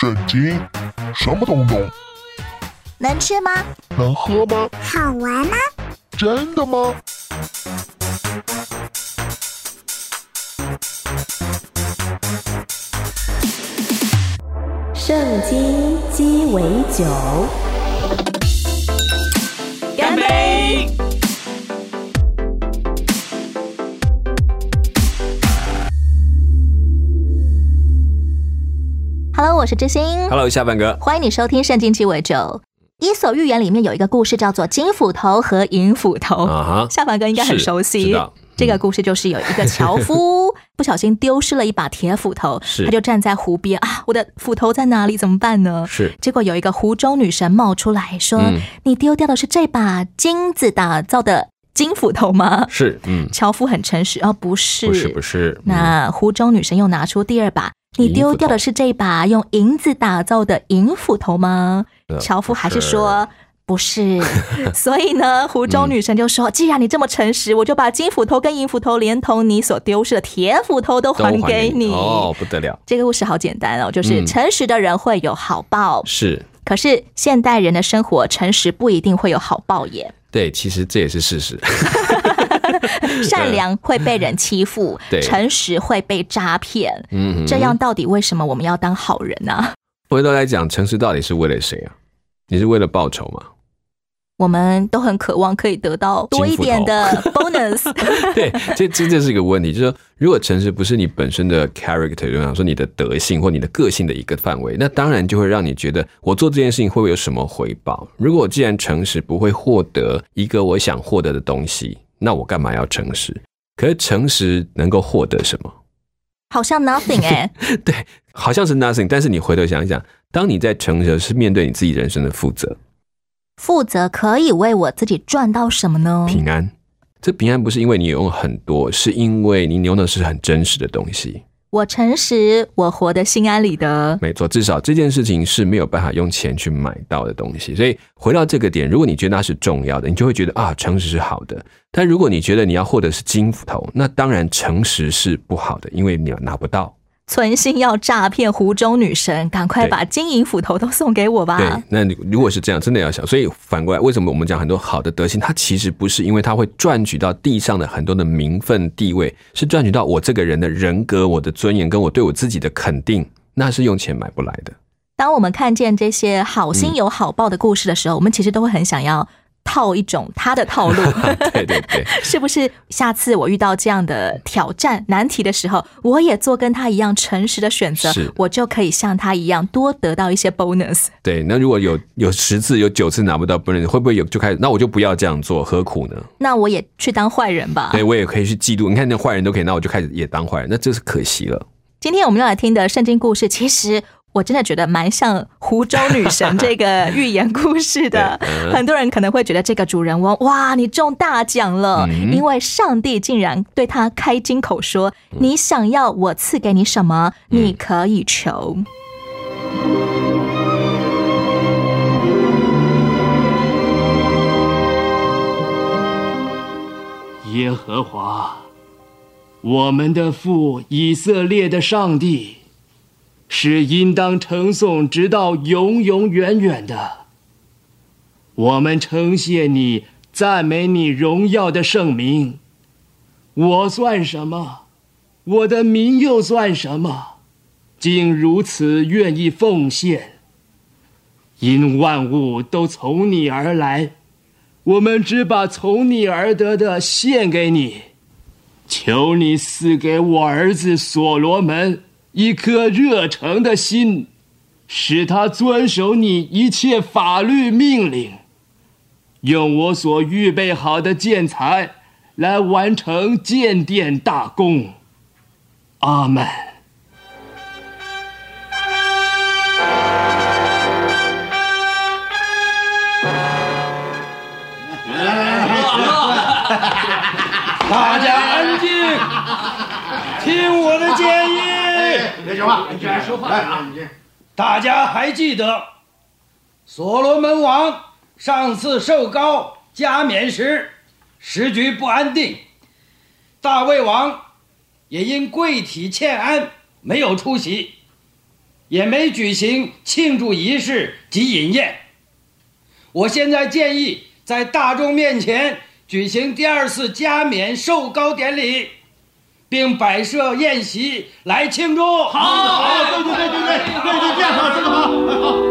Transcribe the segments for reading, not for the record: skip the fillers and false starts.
圣经，什么都懂。 能吃吗？ 能喝吗？ 好玩吗？ 真的吗？ 圣经鸡尾酒， 干杯 ！Hello， 我是知心。 Hello， 下半哥， 欢迎你收听《圣经鸡尾酒》。伊索寓言里面有一个故事叫做金斧头和银斧头，下半哥应该很熟悉。这个故事就是有一个樵夫不小心丢失了一把铁斧头，他就站在湖边啊，我的斧头在哪里？怎么办呢？结果有一个湖中女神冒出来说：“你丢掉的是这把金子打造的金斧头吗？”樵夫很诚实，不是。那湖中女神又拿出第二把。你丢掉的是这把用银子打造的银斧头吗？樵夫还是说不是。所以呢，湖中女神就说：“既然你这么诚实，我就把金斧头跟银斧头连同你所丢失的铁斧头都还给你。” 哦，不得了！ 这个故事好简单哦，就是诚实的人会有好报。 是， 可是现代人的生活，诚实不一定会有好报耶。 对，其实这也是事实。 善良会被人欺负，诚实会被诈骗。这样到底为什么我们要当好人呢？ 回头来讲，诚实到底是为了谁啊？你是为了报酬吗？ 我们都很渴望可以得到多一点的 bonus。 对，这是一个问题，就是说，如果诚实不是你本身的 character， 就想说你的德性或你的个性的一个范围，那当然就会让你觉得我做这件事情会不会有什么回报？如果我既然诚实不会获得一个我想获得的东西，那我干嘛要诚实？可是诚实能够获得什么？ 好像 nothing 对，好像是 nothing， 但是你回头想一想，当你在诚实是面对你自己人生的负责。 负责可以为我自己赚到什么呢？ 平安。这平安不是因为你拥有很多，是因为你拥有的是很真实的东西。 我诚实，我活得心安理得。 没错，至少这件事情是没有办法用钱去买到的东西。所以回到这个点，如果你觉得它是重要的，你就会觉得啊，诚实是好的。但如果你觉得你要获得是金斧头，那当然诚实是不好的，因为你拿不到。 存心要诈骗湖中女神，赶快把金银斧头都送给我吧。 对，那如果是这样，真的要想。所以反过来，为什么我们讲很多好的德行，它其实不是因为它会赚取到地上的很多的名分地位，是赚取到我这个人的人格、我的尊严跟我对我自己的肯定，那是用钱买不来的。 当我们看见这些好心有好报的故事的时候，我们其实都会很想要套一种他的套路。 对， 是不是下次我遇到这样的挑战难题的时候，我也做跟他一样诚实的选择，我就可以像他一样多得到一些 bonus。 对，那如果有10次有9次拿不到 bonus， 会不会就开始，那我就不要这样做，何苦呢？ 那我也去当坏人吧。 对，我也可以去嫉妒，你看那坏人都可以，那我就开始也当坏人，那这是可惜了。 今天我们要来听的圣经故事，其实我真的觉得蛮像湖中女神这个寓言故事的。很多人可能会觉得这个主人翁，哇，你中大奖了，因为上帝竟然对他开金口说，你想要我赐给你什么，你可以求。 耶和华，我们的父以色列的上帝，是应当称颂直到永永远远的。我们称谢你，赞美你荣耀的圣名。我算什么？我的民又算什么？竟如此愿意奉献。因万物都从你而来，我们只把从你而得的献给你。求你赐给我儿子所罗门一颗热诚的心，使他遵守你一切法律命令，用我所预备好的建材来完成建殿大功。阿们。 大家安静，听我的建议。 别说话，你说话啊！ 大家还记得，所罗门王上次受膏加冕时，时局不安定，大卫王也因贵体欠安没有出席。 也没举行庆祝仪式及饮宴。我现在建议在大众面前举行第2次加冕授膏典礼，并摆设宴席来庆祝。 好，对，这样好，这个好。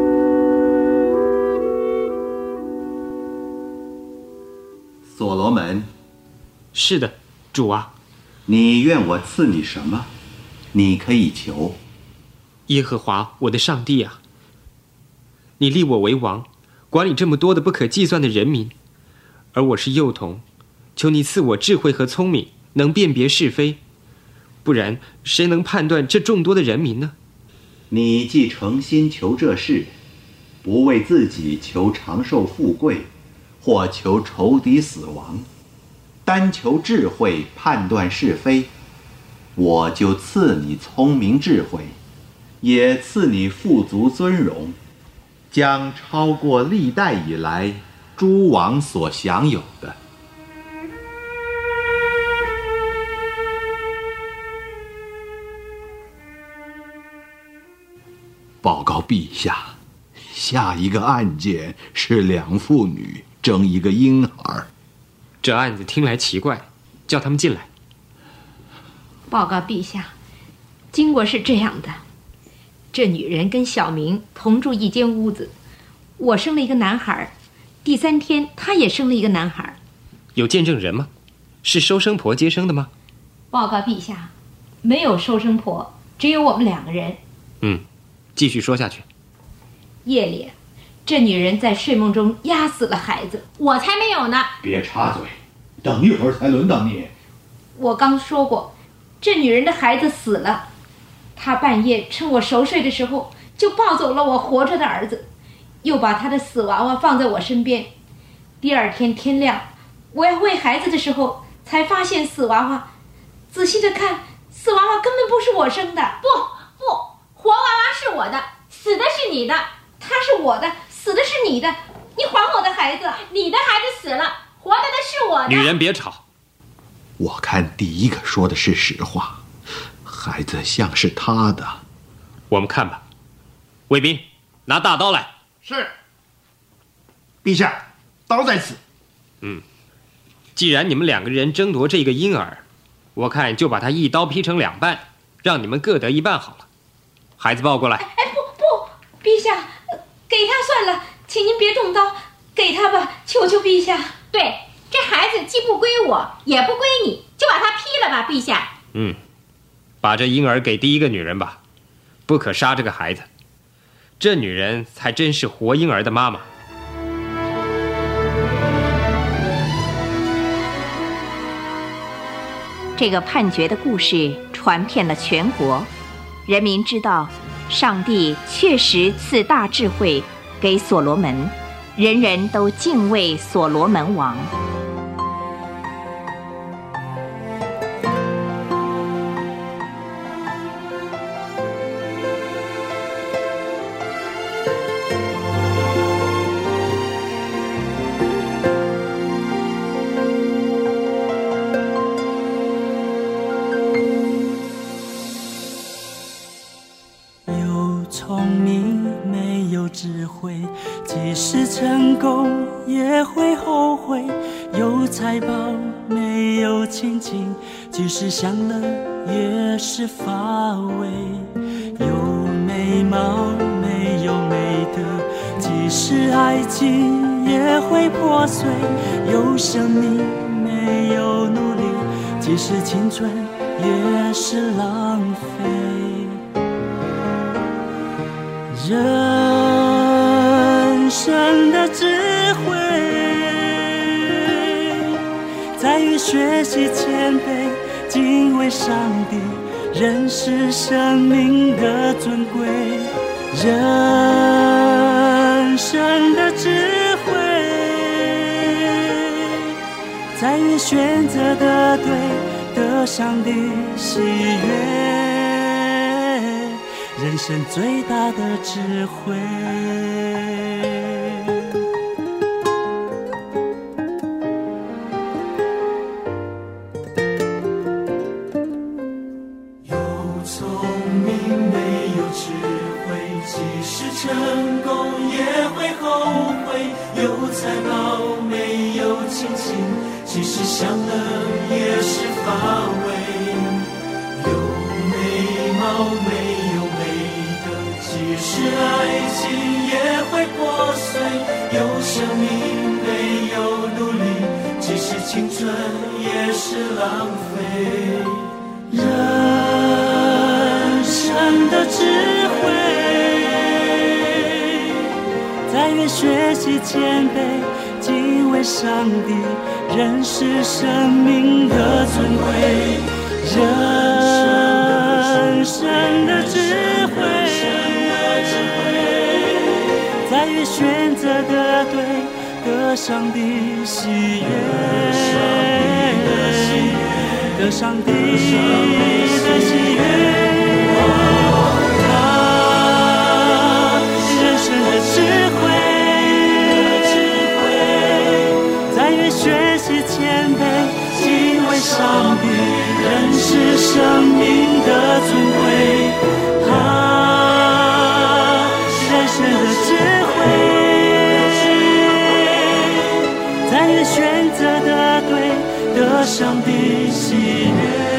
所罗门， 是的，主啊。 你愿我赐你什么？你可以求。 耶和华我的上帝啊，你立我为王，管理这么多的不可计算的人民，而我是幼童，求你赐我智慧和聪明，能辨别是非，不然谁能判断这众多的人民呢？ 你既诚心求这事，不为自己求长寿富贵，或求仇敌死亡，单求智慧判断是非，我就赐你聪明智慧，也赐你富足尊荣，将超过历代以来诸王所享有的。报告陛下，下一个案件是2妇女争一个婴儿。 这案子听来奇怪，叫他们进来。 报告陛下，经过是这样的，这女人跟小明同住一间屋子，我生了一个男孩，第3天她也生了一个男孩。 有见证人吗？是收生婆接生的吗？ 报告陛下，没有收生婆，只有我们2个人。 继续说下去。 夜里，这女人在睡梦中压死了孩子，我才没有呢。 别插嘴，等一会儿才轮到你。 我刚说过，这女人的孩子死了，她半夜趁我熟睡的时候就抱走了我活着的儿子，又把她的死娃娃放在我身边。第2天天亮，我要喂孩子的时候才发现死娃娃，仔细的看，死娃娃根本不是我生的。不，活娃娃是我的，死的是你的。他是我的，死的是你的，你还我的孩子。你的孩子死了，活着的是我的。 女人别吵。 我看第一个说的是实话，孩子像是他的。 我们看吧。卫兵，拿大刀来。 是。陛下，刀在此。 既然你们2个人争夺这个婴儿，我看就把他一刀劈成2半，让你们各得1半好了。孩子抱过来。 不，陛下，给他算了，请您别动刀，给他吧，求求陛下。对，这孩子既不归我，也不归你，就把他劈了吧，陛下。 把这婴儿给第1个女人吧，不可杀这个孩子，这女人才真是活婴儿的妈妈。 这个判决的故事传遍了全国，人民知道上帝确实赐大智慧给所罗门，人人都敬畏所罗门王。 聪明没有智慧，即使成功也会后悔；有财宝没有亲情，即使享乐也是乏味；有美貌没有美德，即使爱情也会破碎；有生命没有努力，即使青春也是浪费。人生的智慧在于学习谦卑，敬畏上帝，认识生命的尊贵。人生的智慧在于选择的对，得上帝喜悦。人生最大的智慧，有聪明没有智慧， 成功也会后悔，有财宝没有亲情，即使享乐也是乏味。有美貌没有美德，即使爱情也会破碎。有生命没有努力，即使青春也是浪费。人生的智慧，在于学习谦卑，敬畏上帝，认识生命的尊贵。人生的智慧，在于选择的对，得上帝喜悦，得上帝的喜悦。人生的智慧，在于学习谦卑，敬畏上帝，认识生命的尊贵。人生的智慧，在于选择的对，得上帝喜悦。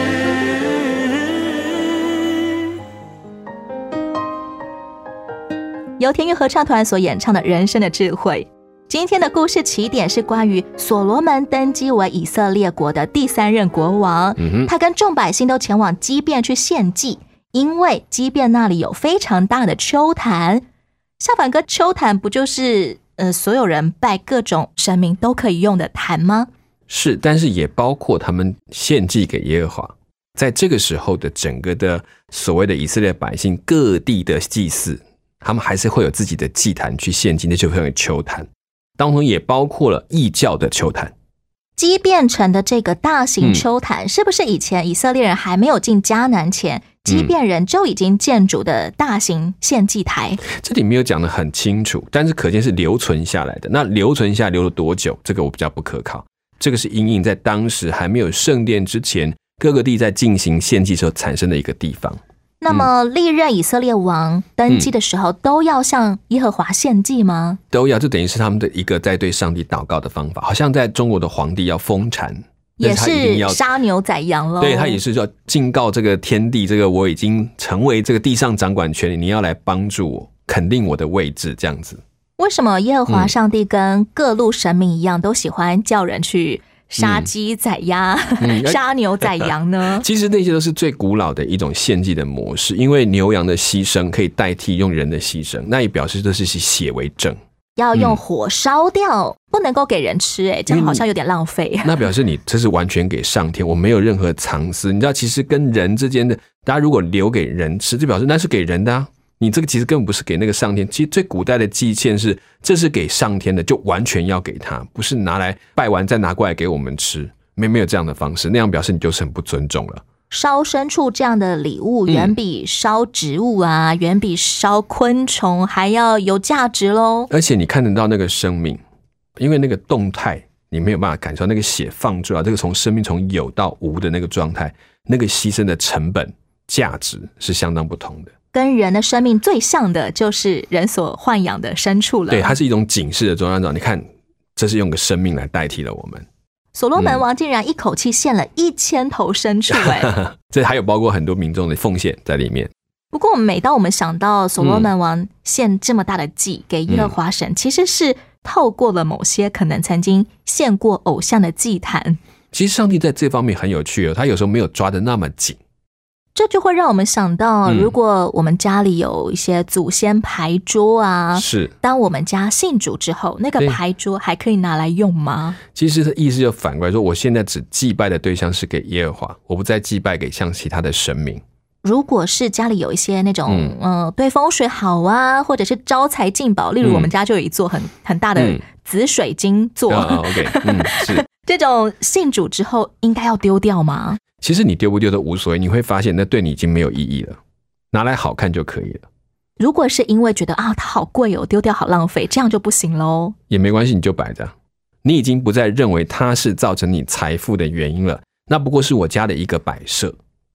由田乐合唱团所演唱的《人生的智慧》。今天的故事起点是关于所罗门登基为以色列国的第3任国王，他跟众百姓都前往基遍去献祭，因为基遍那里有非常大的秋坛。夏凡哥，秋坛不就是所有人拜各种神明都可以用的坛吗？ 是，但是也包括他们献祭给耶和华。在这个时候的整个的所谓的以色列百姓，各地的祭祀，他们还是会有自己的祭坛去献祭，那就会有秋坛。当中也包括了异教的秋坛。 基遍城的这个大型秋坛，是不是以前以色列人还没有进迦南前，基遍人就已经建筑的大型献祭台？ 这里没有讲得很清楚，但是可见是留存下来的。那留存下来留了多久，这个我比较不可靠。这个是因应在当时还没有圣殿之前，各个地在进行献祭时候产生的一个地方。 那么历任以色列王登基的时候，都要向耶和华献祭吗？ 都要，这等于是他们的一个在对上帝祷告的方法。好像在中国的皇帝要封禅， 也是杀牛宰羊咯。 对，他也是要警告这个天地，这个我已经成为这个地上掌管权力，你要来帮助我，肯定我的位置，这样子。 为什么耶和华上帝跟各路神明一样，都喜欢叫人去杀鸡宰鸭、杀牛宰羊呢？ 其实那些都是最古老的一种献祭的模式，因为牛羊的牺牲可以代替用人的牺牲，那也表示这是以血为证， 要用火烧掉，不能够给人吃，这样好像有点浪费。 那表示你这是完全给上天，我没有任何藏私。你知道，其实跟人之间的，大家如果留给人吃，就表示那是给人的啊。你这个其实根本不是给那个上天，其实最古代的祭献是这是给上天的，就完全要给他，不是拿来拜完再拿过来给我们吃，没有这样的方式，那样表示你就是很不尊重了。 烧牲畜这样的礼物远比烧植物啊，远比烧昆虫还要有价值咯。 而且你看得到那个生命，因为那个动态你没有办法感受到那个血放出来，这个从生命从有到无的那个状态，那个牺牲的成本价值是相当不同的。 跟人的生命最像的就是人所豢养的牲畜了。 对，它是一种警示的状态。你看，这是用个生命来代替了我们。 所罗门王竟然一口气献了1000头牲畜， 这还有包括很多民众的奉献在里面。 不过每当我们想到所罗门王献这么大的祭给耶和华神，其实是透过了某些可能曾经献过偶像的祭坛。 其实上帝在这方面很有趣哦，他有时候没有抓得那么紧。 这就会让我们想到，如果我们家里有一些祖先牌桌啊， 是当我们家信主之后，那个牌桌还可以拿来用吗？ 其实意思就反过来说，我现在只祭拜的对象是给耶和华，我不再祭拜给像其他的神明。 如果是家里有一些那种对风水好啊，或者是招财进宝，例如我们家就有一座很大的紫水晶座 ，OK，是这种信主之后应该要丢掉吗？ 其实你丢不丢都无所谓，你会发现那对你已经没有意义了，拿来好看就可以了。 如果是因为觉得它好贵哦，丢掉好浪费，这样就不行咯。 也没关系，你就摆着，你已经不再认为它是造成你财富的原因了，那不过是我家的一个摆设。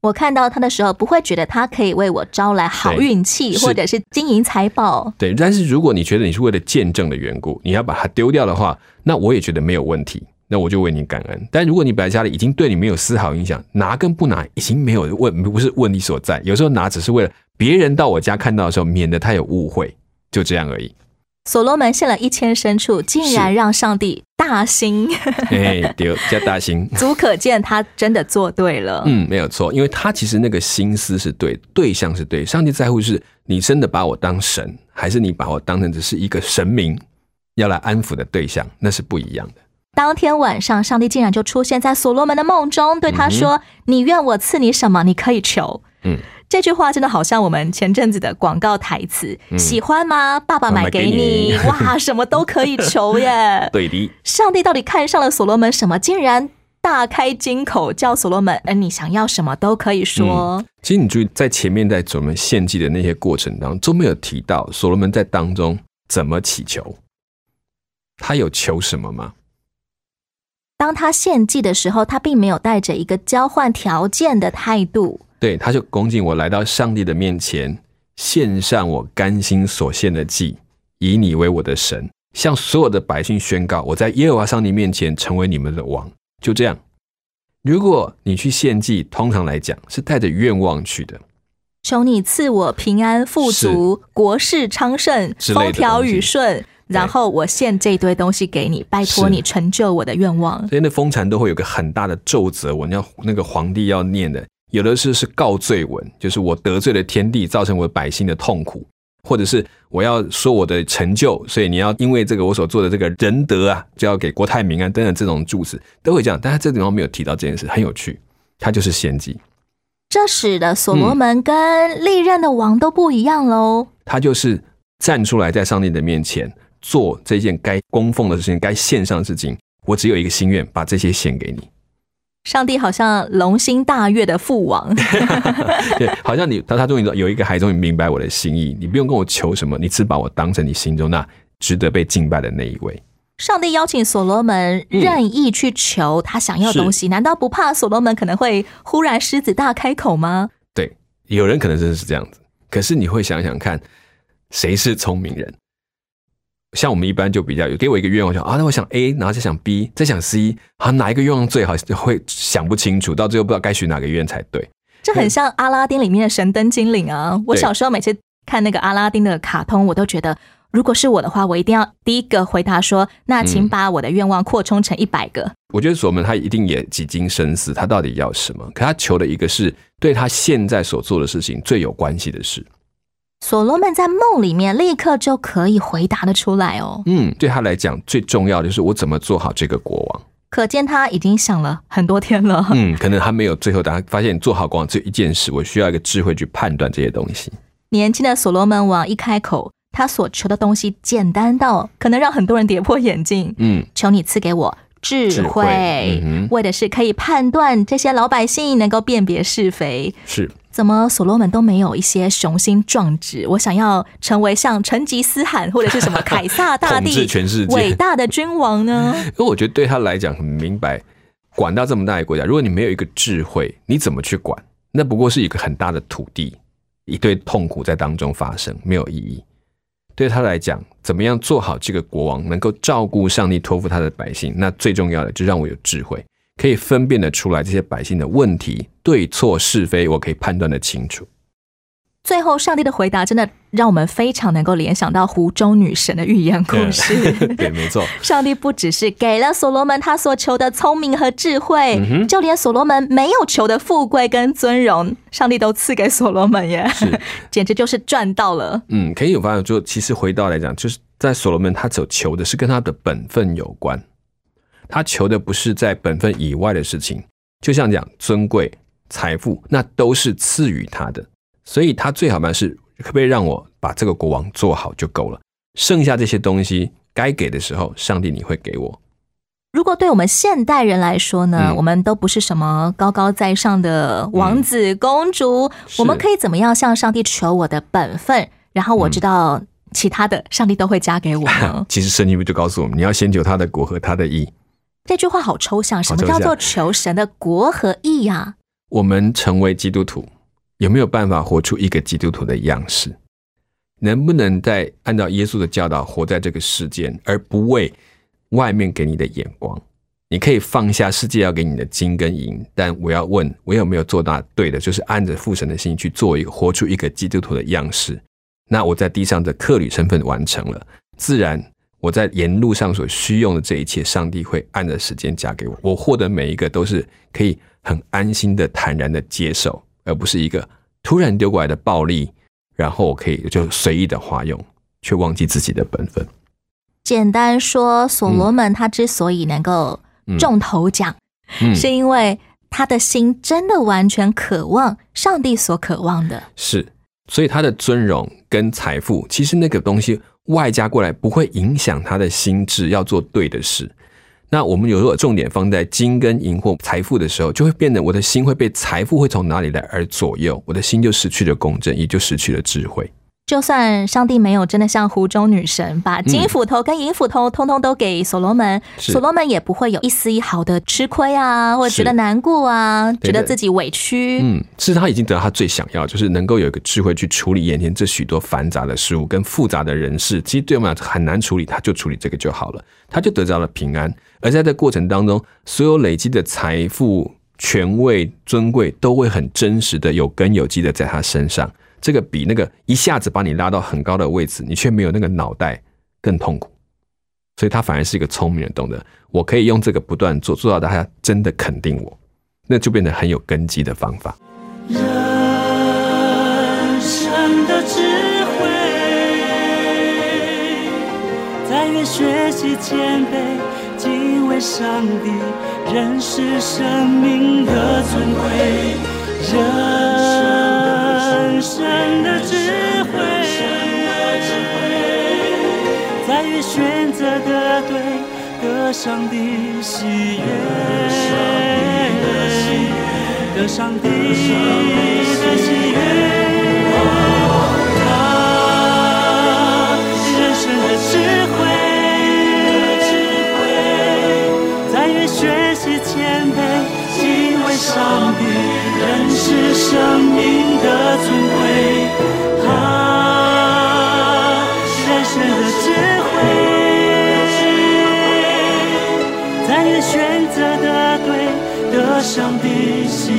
我看到他的时候，不会觉得他可以为我招来好运气，或者是金银财宝。 对，但是如果你觉得你是为了见证的缘故，你要把它丢掉的话，那我也觉得没有问题，那我就为你感恩。但如果你摆在家里已经对你没有丝毫影响，拿跟不拿已经没有不是问题所在。有时候拿只是为了别人到我家看到的时候，免得他有误会，就这样而已。 所罗门献了1000牲畜，竟然让上帝大兴。 对，叫大兴， 足可见他真的做对了。 没有错，因为他其实那个心思是对，对象是对。上帝在乎是你真的把我当神，还是你把我当成只是一个神明要来安抚的对象，那是不一样的。 当天晚上，上帝竟然就出现在所罗门的梦中，对他说：你愿我赐你什么，你可以求。这句话真的好像我们前阵子的广告台词，喜欢吗？爸爸买给你。哇，什么都可以求耶。 对的。 上帝到底看上了所罗门什么，竟然大开金口，叫所罗门你想要什么都可以说。 其实你注意，在前面在所罗门献祭的那些过程当中，都没有提到所罗门在当中怎么祈求，他有求什么吗？ 当他献祭的时候，他并没有带着一个交换条件的态度。 对，他就恭敬我来到上帝的面前，献上我甘心所献的祭，以你为我的神，向所有的百姓宣告，我在耶和华上帝面前成为你们的王。就这样。如果你去献祭，通常来讲是带着愿望去的， 求你赐我平安富足，国势昌盛，风调雨顺，然后我献这一堆东西给你，拜托你成就我的愿望。 所以那封禅都会有个很大的奏折文，要那个皇帝要念的。有的是告罪文，就是我得罪了天地，造成我百姓的痛苦，或者是我要说我的成就，所以你要因为这个我所做的这个仁德啊，就要给国泰民安等等这种祝词都会这样。但他这地方没有提到这件事，很有趣，他就是献祭。 这使得所罗门跟历任的王都不一样咯。 他就是站出来在上帝的面前做这件该供奉的事情，该献上的事情，我只有一个心愿，把这些献给你。 上帝好像龙心大悦的父王。 对，好像他终于有一个孩终于明白我的心意，你不用跟我求什么，你只把我当成你心中那值得被敬拜的那一位。 上帝邀请所罗门任意去求他想要的东西，难道不怕所罗门可能会忽然狮子大开口吗？ 对，有人可能真的是这样子，可是你会想想看，谁是聪明人？像我们一般就比较有给我一个愿望，那我想 A， 然后再想 B， 再想 C， 哪一个愿望最好，会想不清楚，到最后不知道该许哪个愿才对。 这很像阿拉丁里面的神灯精灵啊！我小时候每次看那个阿拉丁的卡通，我都觉得如果是我的话，我一定要第一个回答说，那请把我的愿望扩充成100个。 我觉得所罗门他一定也几经深思，他到底要什么？可他求的一个是对他现在所做的事情最有关系的事。 所罗门在梦里面立刻就可以回答得出来哦。 对他来讲最重要的就是我怎么做好这个国王。 可见他已经想了很多天了。 可能还没有最后答案，发现做好国王只有一件事，我需要一个智慧去判断这些东西。 年轻的所罗门王一开口，他所求的东西简单到可能让很多人跌破眼镜。求你赐给我智慧，为的是可以判断这些老百姓能够辨别是非。 是。 怎么所罗门都没有一些雄心壮志？我想要成为像成吉思汗或者是什么凯撒大帝统治全世界伟大的君王呢？ 因为我觉得对他来讲很明白，管到这么大一个国家，如果你没有一个智慧，你怎么去管？那不过是一个很大的土地，一堆痛苦在当中发生，没有意义。对他来讲，怎么样做好这个国王，能够照顾上帝托付他的百姓，那最重要的就让我有智慧，可以分辨得出来这些百姓的问题对错是非，我可以判断得清楚。 最后上帝的回答真的让我们非常能够联想到湖中女神的寓言故事。 对，没错。 上帝不只是给了所罗门他所求的聪明和智慧，就连所罗门没有求的富贵跟尊荣，上帝都赐给所罗门耶。简直就是赚到了。 可以有发现，就其实回到来讲，就是在所罗门他所求的是跟他的本分有关，他求的不是在本分以外的事情，就像讲尊贵财富，那都是赐予他的，所以他最好办是可不可以让我把这个国王做好就够了，剩下这些东西该给的时候，上帝你会给我。 如果对我们现代人来说呢，我们都不是什么高高在上的王子公主，我们可以怎么样向上帝求我的本分，然后我知道其他的上帝都会加给我呢？ 其实圣经就告诉我们，你要先求他的国和他的义。 这句话好抽象，什么叫做求神的国和义啊？ 我们成为基督徒，有没有办法活出一个基督徒的样式？能不能在按照耶稣的教导活在这个世间，而不为外面给你的眼光？你可以放下世界要给你的金跟银，但我要问，我有没有做到对的，就是按着父神的心去做一个活出一个基督徒的样式。那我在地上的客旅身份完成了，自然我在沿路上所需用的这一切，上帝会按着时间加给我。我获得每一个都是可以很安心的坦然的接受，而不是一个突然丢过来的暴力，然后我可以就随意的花用，却忘记自己的本分。 简单说，所罗门他之所以能够中头奖，是因为他的心真的完全渴望上帝所渴望的。 是，所以他的尊荣跟财富，其实那个东西外加过来不会影响他的心智，要做对的事。那我们有时候重点放在金跟银或财富的时候，就会变得我的心会被财富会从哪里来而左右，我的心就失去了公正，也就失去了智慧。 就算上帝没有真的像湖中女神把金斧头跟银斧头通通都给所罗门，所罗门也不会有一丝一毫的吃亏啊，或者觉得难过啊，觉得自己委屈。 是他已经得到他最想要，就是能够有一个智慧去处理眼前这许多繁杂的事物跟复杂的人事，其实对我们很难处理，他就处理这个就好了，他就得到了平安。而在这过程当中，所有累积的财富、权位、尊贵都会很真实的有根有基的在他身上。这个比那个一下子把你拉到很高的位置，你却没有那个脑袋更痛苦。所以他反而是一个聪明人，懂得我可以用这个不断做到大家真的肯定我，那就变得很有根基的方法。 人生的智慧，在于学习谦卑，敬畏上帝，认识生命的尊贵。人生的智慧，在于选择的对，得上帝喜悦，得上帝的喜悦。人生的智慧，在于学习谦卑，敬畏上帝，认识生命的尊贵。人生的智慧，在于选择的对，得上帝喜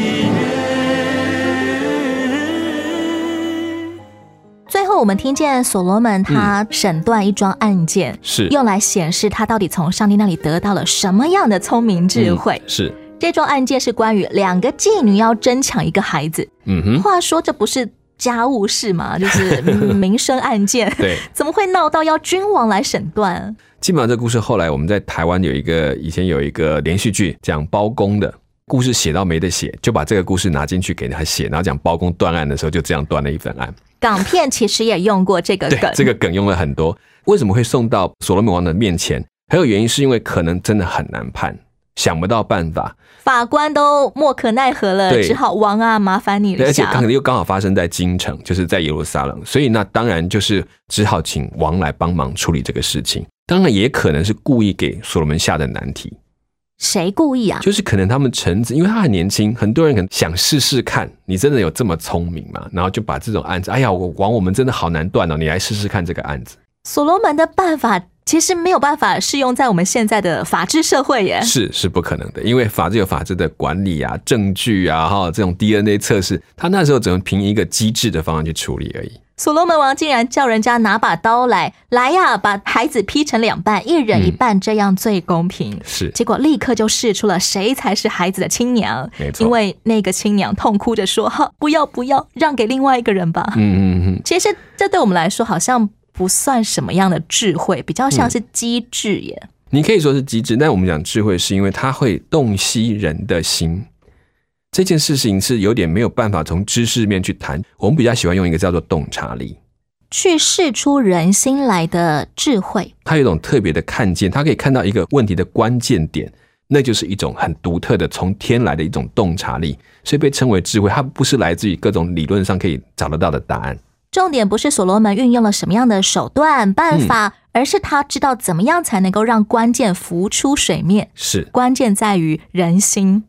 悦。 最后我们听见所罗门他审断一桩案件， 是用来显示他到底从上帝那里得到了什么样的聪明智慧。 是这桩案件是关于2个妓女要争抢一个孩子。话说这不是家务事吗？就是民生案件。 对， 怎么会闹到要君王来审断？ 基本上这故事后来我们在台湾以前有一个连续剧讲包公的故事，写到没得写，就把这个故事拿进去给他写，然后讲包公断案的时候就这样断了一份案。 港片其实也用过这个梗， 这个梗用了很多。为什么会送到所罗门王的面前？很有原因，是因为可能真的很难判，想不到办法， 法官都莫可奈何了，只好王啊，麻烦你了。 而且可能又刚好发生在京城，就是在耶路撒冷，所以那当然就是只好请王来帮忙处理这个事情。当然也可能是故意给所罗门下的难题。 谁故意啊？ 就是可能他们臣子，因为他很年轻，很多人可能想试试看，你真的有这么聪明吗？然后就把这种案子，哎呀，王我们真的好难断哦，你来试试看这个案子。 所罗门的办法其实没有办法适用在我们现在的法治社会耶， 是不可能的，因为法治有法治的管理啊、证据啊、这种 DNA 测试，他那时候只能凭一个机智的方案去处理而已。 所罗门王竟然叫人家拿把刀来呀，把孩子劈成2半，一人一半，这样最公平。 是， 结果立刻就试出了谁才是孩子的亲娘。 没错， 因为那个亲娘痛哭着说：“不要，让给另外一个人吧。”其实这对我们来说好像不算什么样的智慧，比较像是机智耶。 你可以说是机智，但我们讲智慧是因为它会洞悉人的心。这件事情是有点没有办法从知识面去谈，我们比较喜欢用一个叫做洞察力去试出人心来的智慧。 它有一种特别的看见，它可以看到一个问题的关键点，那就是一种很独特的从天来的一种洞察力，所以被称为智慧。它不是来自于各种理论上可以找得到的答案。 重点不是所罗门运用了什么样的手段办法，而是他知道怎么样才能够让关键浮出水面。 是， 关键在于人心。 对，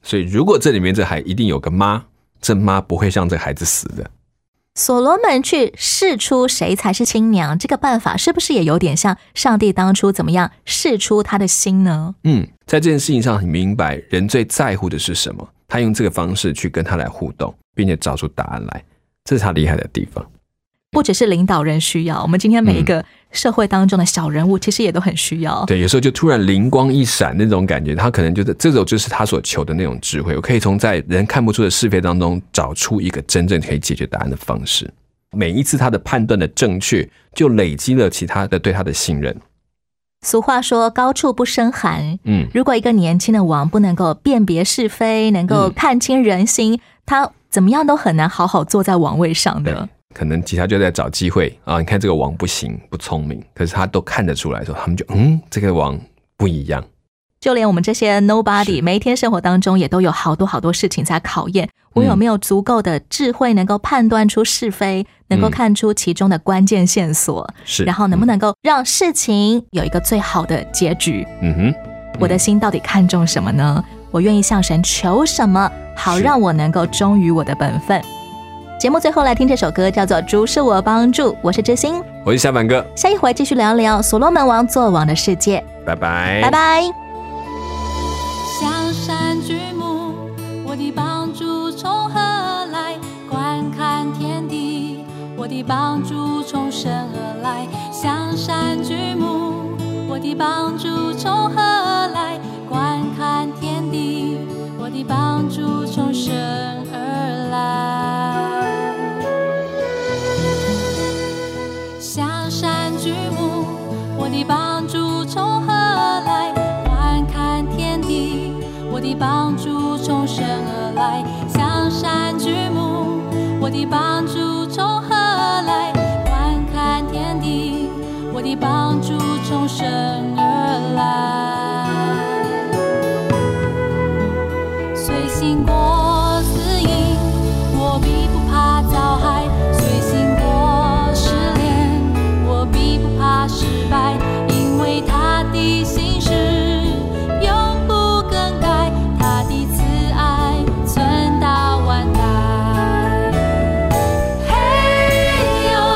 所以如果这里面这孩一定有个妈，这妈不会让这孩子死的。 所罗门去试出谁才是亲娘，这个办法是不是也有点像上帝当初怎么样试出他的心呢？ 在这件事情上很明白人最在乎的是什么，他用这个方式去跟他来互动，并且找出答案来，这是他厉害的地方。 不只是领导人需要，我们今天每一个社会当中的小人物其实也都很需要。 对，有时候就突然灵光一闪那种感觉，他可能就是这种就是他所求的那种智慧，我可以从在人看不出的是非当中找出一个真正可以解决答案的方式。每一次他的判断的正确，就累积了其他的对他的信任。 俗话说高处不胜寒，如果一个年轻的王不能够辨别是非，能够看清人心，他怎么样都很难好好坐在王位上的。 可能其他就在找机会啊！你看这个王不行，不聪明，可是他都看得出来的时候，他们就这个王不一样。 就连我们这些 nobody， 每一天生活当中也都有好多事情在考验我有没有足够的智慧，能够判断出是非，能够看出其中的关键线索，然后能不能够让事情有一个最好的结局。我的心到底看重什么呢？我愿意向神求什么，好让我能够忠于我的本分。节目最后来听这首歌，叫做《主是我帮助》，我是知心， 我是小板哥， 下一回继续聊聊所罗门王做王的世界。 拜拜， 拜拜。 向山举目，我的帮助从何来？观看天地，我的帮助从神而来。向山举目，我的帮助从何来？观看天地，我的帮助从神而来。向山举目，我的帮助从何来？观看天地，我的帮助从神而来。向山举目，我的帮助从何来？观看天地，我的帮助从神而来。随心过死荫，我必不怕遭害；随心过试炼，我必不怕失败，因为他的心事永不更改，他的慈爱存到万代。嘿呦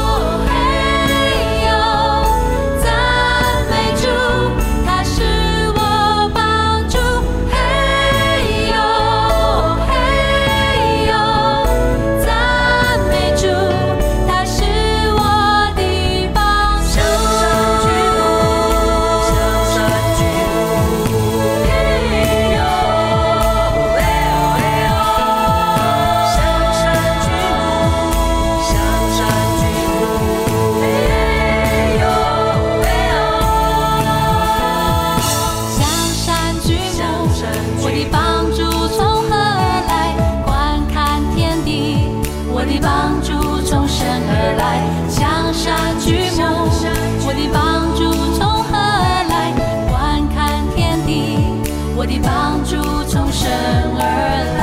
嘿呦，赞美主，他是我帮助。嘿呦嘿呦，赞美主，他是我的帮助。向山举目，我的帮助从何来？观看天地，我的帮助从神而来。向山举目，我的帮助从何来？观看天地，我的帮助从神而来。